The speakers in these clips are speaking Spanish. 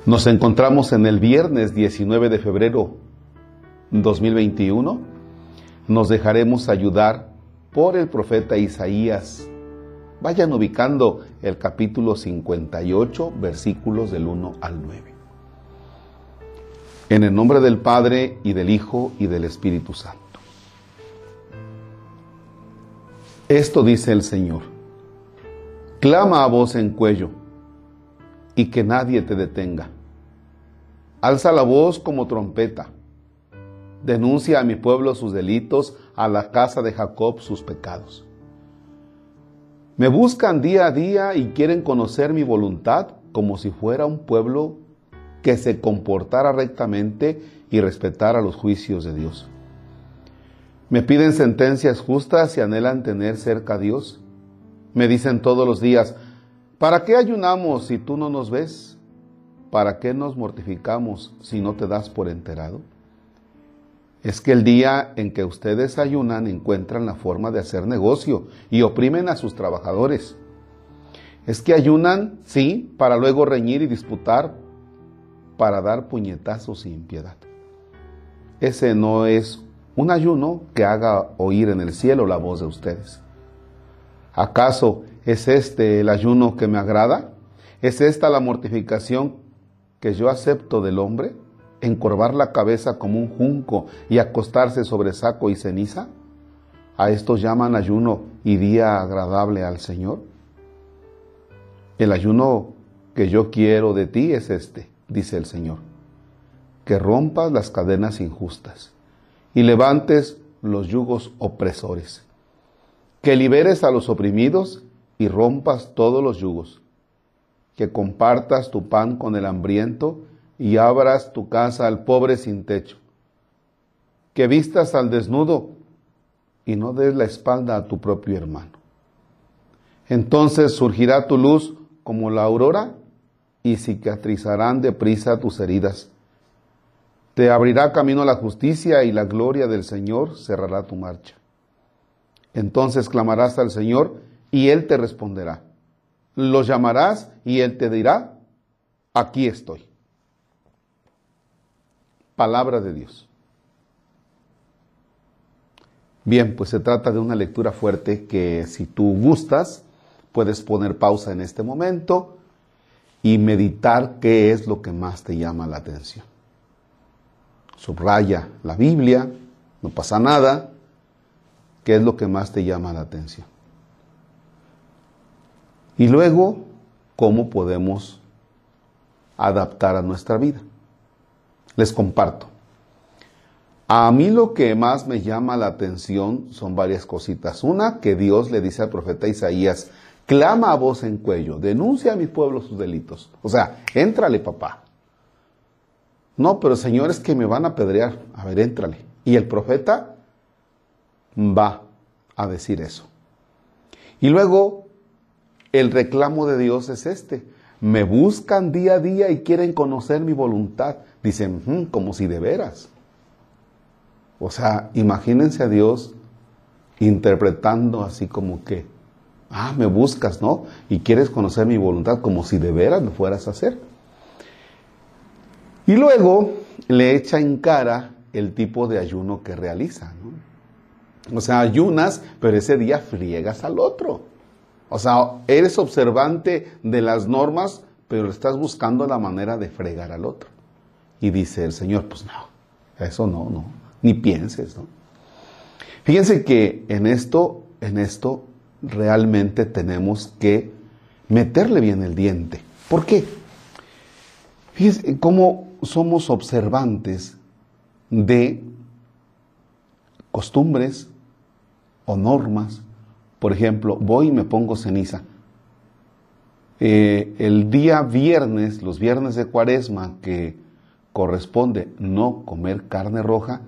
Nos encontramos en el viernes 19 de febrero 2021. Nos dejaremos ayudar por el profeta Isaías. Vayan ubicando el capítulo 58, versículos del 1 al 9. En el nombre del Padre, y del Hijo, y del Espíritu Santo. Esto dice el Señor: clama a voz en cuello, y que nadie te detenga. Alza la voz como trompeta. Denuncia a mi pueblo sus delitos, a la casa de Jacob sus pecados. Me buscan día a día y quieren conocer mi voluntad como si fuera un pueblo que se comportara rectamente y respetara los juicios de Dios. Me piden sentencias justas y anhelan tener cerca a Dios. Me dicen todos los días: ¿para qué ayunamos si tú no nos ves? ¿Para qué nos mortificamos si no te das por enterado? Es que el día en que ustedes ayunan encuentran la forma de hacer negocio y oprimen a sus trabajadores. Es que ayunan, sí, para luego reñir y disputar, para dar puñetazos sin piedad. Ese no es un ayuno que haga oír en el cielo la voz de ustedes. ¿Acaso es este el ayuno que me agrada? ¿Es esta la mortificación que yo acepto del hombre? ¿Encorvar la cabeza como un junco y acostarse sobre saco y ceniza? ¿A esto llaman ayuno y día agradable al Señor? El ayuno que yo quiero de ti es este, dice el Señor: que rompas las cadenas injustas y levantes los yugos opresores, que liberes a los oprimidos y rompas todos los yugos, que compartas tu pan con el hambriento y abras tu casa al pobre sin techo, que vistas al desnudo y no des la espalda a tu propio hermano. Entonces surgirá tu luz como la aurora y cicatrizarán deprisa tus heridas. Te abrirá camino a la justicia y la gloria del Señor cerrará tu marcha. Entonces clamarás al Señor y Él te responderá. Lo llamarás y Él te dirá: aquí estoy. Palabra de Dios. Bien, pues se trata de una lectura fuerte que, si tú gustas, puedes poner pausa en este momento y meditar qué es lo que más te llama la atención. Subraya la Biblia, no pasa nada. ¿Qué es lo que más te llama la atención? Y luego, ¿cómo podemos adaptar a nuestra vida? Les comparto. A mí lo que más me llama la atención son varias cositas. Una, que Dios le dice al profeta Isaías: clama a voz en cuello, denuncia a mi pueblo sus delitos. O sea, éntrale, papá. No, pero Señor, es que me van a apedrear. A ver, éntrale. Y el profeta va a decir eso. Y luego, el reclamo de Dios es este: me buscan día a día y quieren conocer mi voluntad. Dicen, como si de veras. O sea, imagínense a Dios interpretando así como que, me buscas, ¿no? Y quieres conocer mi voluntad, como si de veras lo fueras a hacer. Y luego le echa en cara el tipo de ayuno que realiza, ¿no? O sea, ayunas, pero ese día friegas al otro. O sea, eres observante de las normas, pero estás buscando la manera de fregar al otro. Y dice el Señor: pues no, eso no, ni pienses, ¿no? Fíjense que en esto realmente tenemos que meterle bien el diente. ¿Por qué? Fíjense cómo somos observantes de costumbres o normas. Por ejemplo, voy y me pongo ceniza. El día viernes, los viernes de Cuaresma, que corresponde no comer carne roja,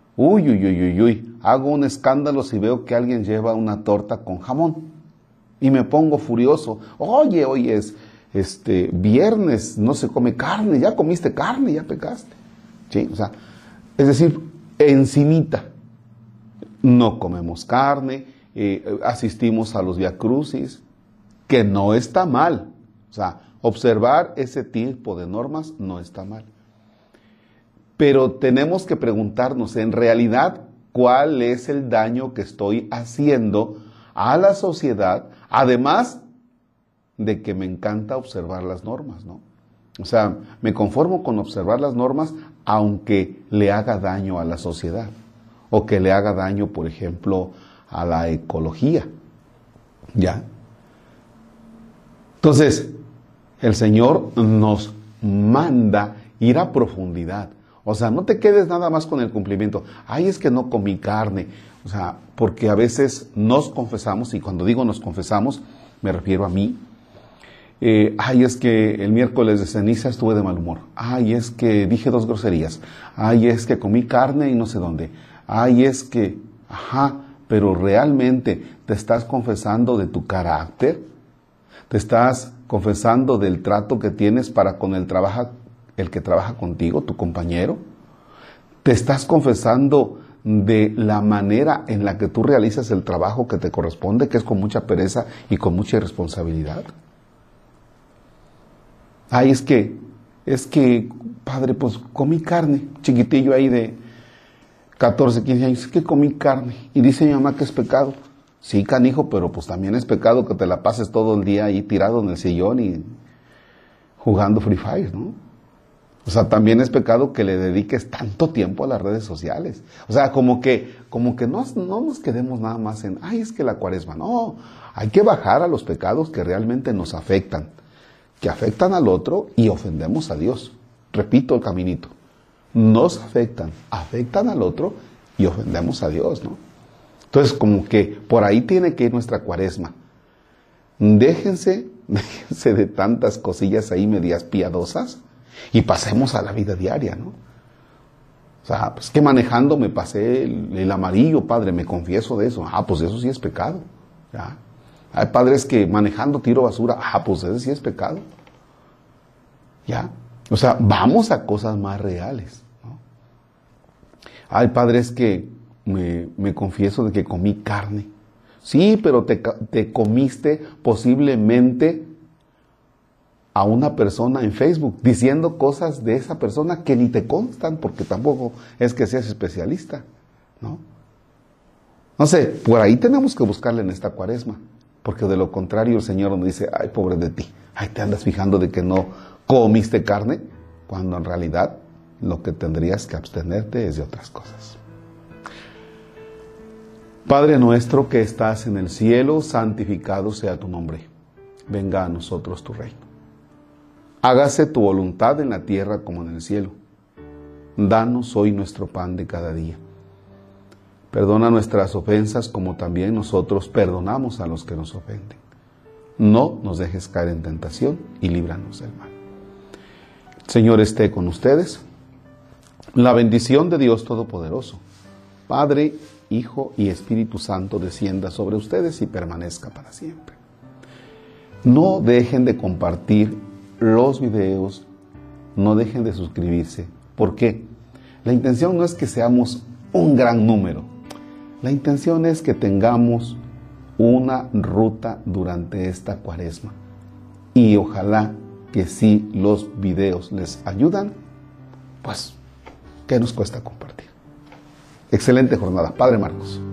hago un escándalo si veo que alguien lleva una torta con jamón y me pongo furioso. Oye, hoy es viernes, no se come carne, ya comiste carne, ya pecaste. ¿Sí? O sea, es decir, encimita, no comemos carne, asistimos a los viacrucis, que no está mal. O sea, observar ese tipo de normas no está mal. Pero tenemos que preguntarnos, en realidad, ¿cuál es el daño que estoy haciendo a la sociedad? Además de que me encanta observar las normas, ¿no? O sea, me conformo con observar las normas aunque le haga daño a la sociedad o que le haga daño, por ejemplo, a la ecología. ¿Ya? Entonces, el Señor nos manda ir a profundidad. O sea, no te quedes nada más con el cumplimiento. Ay, es que no comí carne. O sea, porque a veces nos confesamos, y cuando digo nos confesamos, me refiero a mí. Ay, es que el miércoles de ceniza estuve de mal humor. Ay, es que dije 2 groserías. Ay, es que comí carne y no sé dónde. Ay, es que... Ajá, pero realmente te estás confesando de tu carácter. Te estás confesando del trato que tienes para con el que trabaja contigo, tu compañero. Te estás confesando de la manera en la que tú realizas el trabajo que te corresponde, que es con mucha pereza y con mucha irresponsabilidad. Ay, es que, padre, pues comí carne, chiquitillo ahí de 14, 15 años, es que comí carne. Y dice mi mamá que es pecado. Sí, canijo, pero pues también es pecado que te la pases todo el día ahí tirado en el sillón y jugando Free Fire, ¿no? O sea, también es pecado que le dediques tanto tiempo a las redes sociales. O sea, como que no nos quedemos nada más en, ay, es que la cuaresma. No, hay que bajar a los pecados que realmente nos afectan, que afectan al otro y ofendemos a Dios. Repito el caminito. Nos afectan al otro y ofendemos a Dios, ¿no? Entonces, como que por ahí tiene que ir nuestra cuaresma. Déjense de tantas cosillas ahí medias piadosas y pasemos a la vida diaria, ¿no? O sea, pues que manejando me pasé el amarillo, padre, me confieso de eso. Ah, pues eso sí es pecado, ¿ya? Hay padres que manejando tiro basura. Ah, pues eso sí es pecado, ¿ya? O sea, vamos a cosas más reales, ¿no? Hay padres que me confieso de que comí carne. Sí, pero te comiste posiblemente a una persona en Facebook diciendo cosas de esa persona que ni te constan, porque tampoco es que seas especialista, ¿no? No sé, por ahí tenemos que buscarle en esta cuaresma, porque de lo contrario el Señor nos dice, ay, pobre de ti, ay, te andas fijando de que no comiste carne, cuando en realidad lo que tendrías que abstenerte es de otras cosas. Padre nuestro que estás en el cielo, santificado sea tu nombre. Venga a nosotros tu reino. Hágase tu voluntad en la tierra como en el cielo. Danos hoy nuestro pan de cada día. Perdona nuestras ofensas como también nosotros perdonamos a los que nos ofenden. No nos dejes caer en tentación y líbranos del mal. El Señor esté con ustedes. La bendición de Dios Todopoderoso, Padre, Hijo y Espíritu Santo descienda sobre ustedes y permanezca para siempre. No dejen de compartir los videos, no dejen de suscribirse. ¿Por qué? La intención no es que seamos un gran número. La intención es que tengamos una ruta durante esta cuaresma. Y ojalá que si los videos les ayudan, pues, ¿qué nos cuesta compartir? Excelente jornada. Padre Marcos.